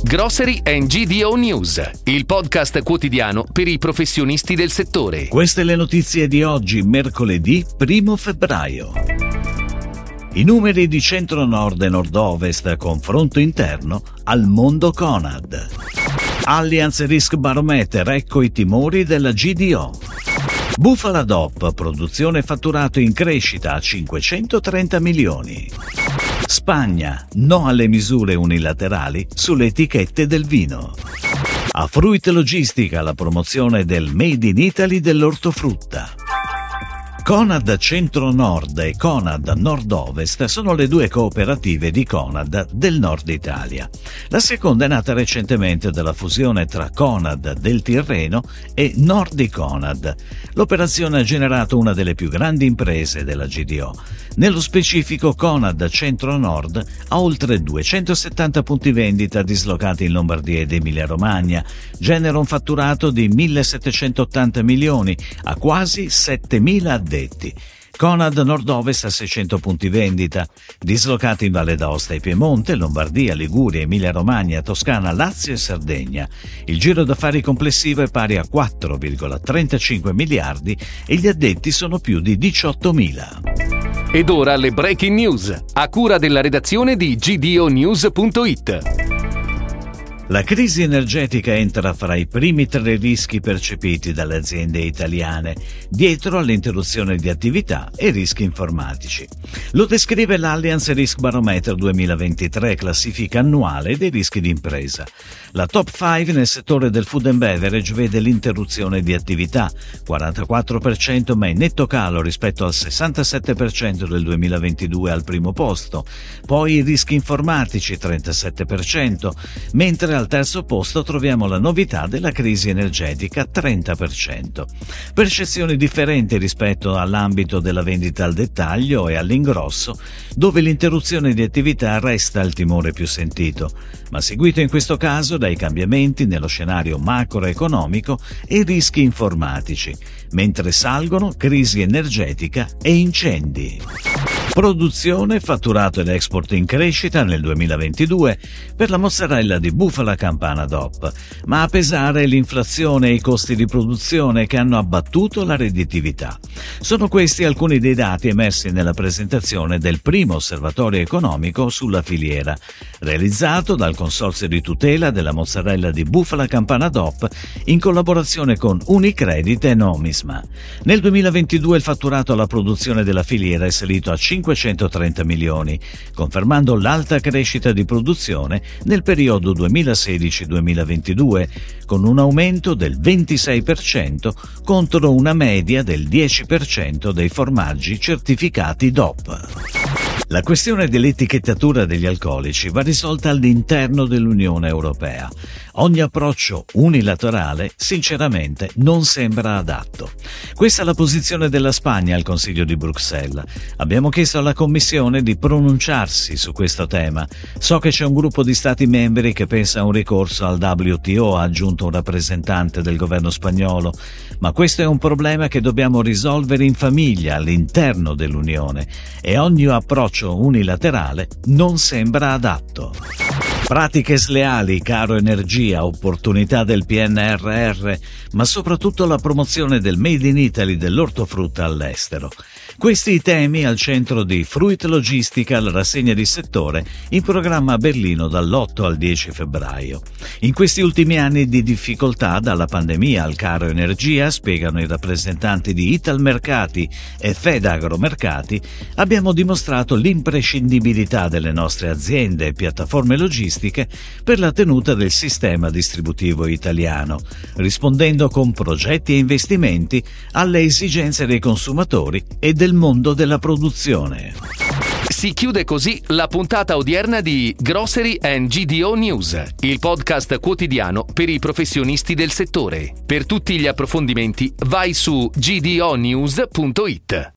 Grocery and GDO News, il podcast quotidiano per i professionisti del settore. Queste le notizie di oggi, mercoledì 1 febbraio. I numeri di centro-nord e nord-ovest, confronto interno al mondo Conad. Allianz Risk Barometer, ecco i timori della GDO. Bufala DOP, produzione e fatturato in crescita a 530 milioni. Spagna, no alle misure unilaterali sulle etichette del vino. A Fruit Logistica, la promozione del Made in Italy dell'ortofrutta. Conad Centro-Nord e Conad Nord-Ovest sono le due cooperative di Conad del Nord Italia. La seconda è nata recentemente dalla fusione tra Conad del Tirreno e Nordi Conad. L'operazione ha generato una delle più grandi imprese della GDO. Nello specifico, Conad Centro-Nord ha oltre 270 punti vendita dislocati in Lombardia ed Emilia-Romagna, genera un fatturato di 1.780 milioni a quasi 7.000 addetti. Conad Nord-Ovest ha 600 punti vendita, dislocati in Valle d'Aosta e Piemonte, Lombardia, Liguria, Emilia-Romagna, Toscana, Lazio e Sardegna. Il giro d'affari complessivo è pari a 4,35 miliardi e gli addetti sono più di 18.000. Ed ora le breaking news, a cura della redazione di gdonews.it. La crisi energetica entra fra i primi 3 rischi percepiti dalle aziende italiane, dietro all'interruzione di attività e rischi informatici. Lo descrive l'Allianz Risk Barometer 2023, classifica annuale dei rischi d'impresa. La top 5 nel settore del food and beverage vede l'interruzione di attività, 44%, ma in netto calo rispetto al 67% del 2022 al primo posto. Poi i rischi informatici, 37%, mentre al terzo posto troviamo la novità della crisi energetica, 30%. Percezioni differenti rispetto all'ambito della vendita al dettaglio e all'ingrosso, dove l'interruzione di attività resta il timore più sentito, ma seguito in questo caso dai cambiamenti nello scenario macroeconomico e rischi informatici, mentre salgono crisi energetica e incendi. Produzione, fatturato ed export in crescita nel 2022 per la mozzarella di bufala campana DOP, ma a pesare l'inflazione e i costi di produzione che hanno abbattuto la redditività. Sono questi alcuni dei dati emersi nella presentazione del primo osservatorio economico sulla filiera, realizzato dal Consorzio di tutela della mozzarella di bufala campana DOP in collaborazione con Unicredit e Nomisma. Nel 2022 il fatturato alla produzione della filiera è salito a 530 milioni, confermando l'alta crescita di produzione nel periodo 2016-2022, con un aumento del 26% contro una media del 10% dei formaggi certificati DOP. La questione dell'etichettatura degli alcolici va risolta all'interno dell'Unione Europea. Ogni approccio unilaterale, sinceramente, non sembra adatto. Questa è la posizione della Spagna al Consiglio di Bruxelles. Abbiamo chiesto alla Commissione di pronunciarsi su questo tema. So che c'è un gruppo di Stati membri che pensa a un ricorso al WTO, ha aggiunto un rappresentante del governo spagnolo, ma questo è un problema che dobbiamo risolvere in famiglia, all'interno dell'Unione, e ogni approccio unilaterale non sembra adatto. Pratiche sleali, caro energia, opportunità del PNRR, ma soprattutto la promozione del Made in Italy dell'ortofrutta all'estero. Questi i temi al centro di Fruit Logistica, la rassegna di settore in programma a Berlino dall'8 al 10 febbraio. In questi ultimi anni di difficoltà, dalla pandemia al caro energia, spiegano i rappresentanti di Italmercati e Fedagromercati, abbiamo dimostrato l'imprescindibilità delle nostre aziende e piattaforme logistiche per la tenuta del sistema distributivo italiano, rispondendo con progetti e investimenti alle esigenze dei consumatori e del mondo della produzione. Si chiude così la puntata odierna di Grocery and GDO News, il podcast quotidiano per i professionisti del settore. Per tutti gli approfondimenti vai su gdonews.it.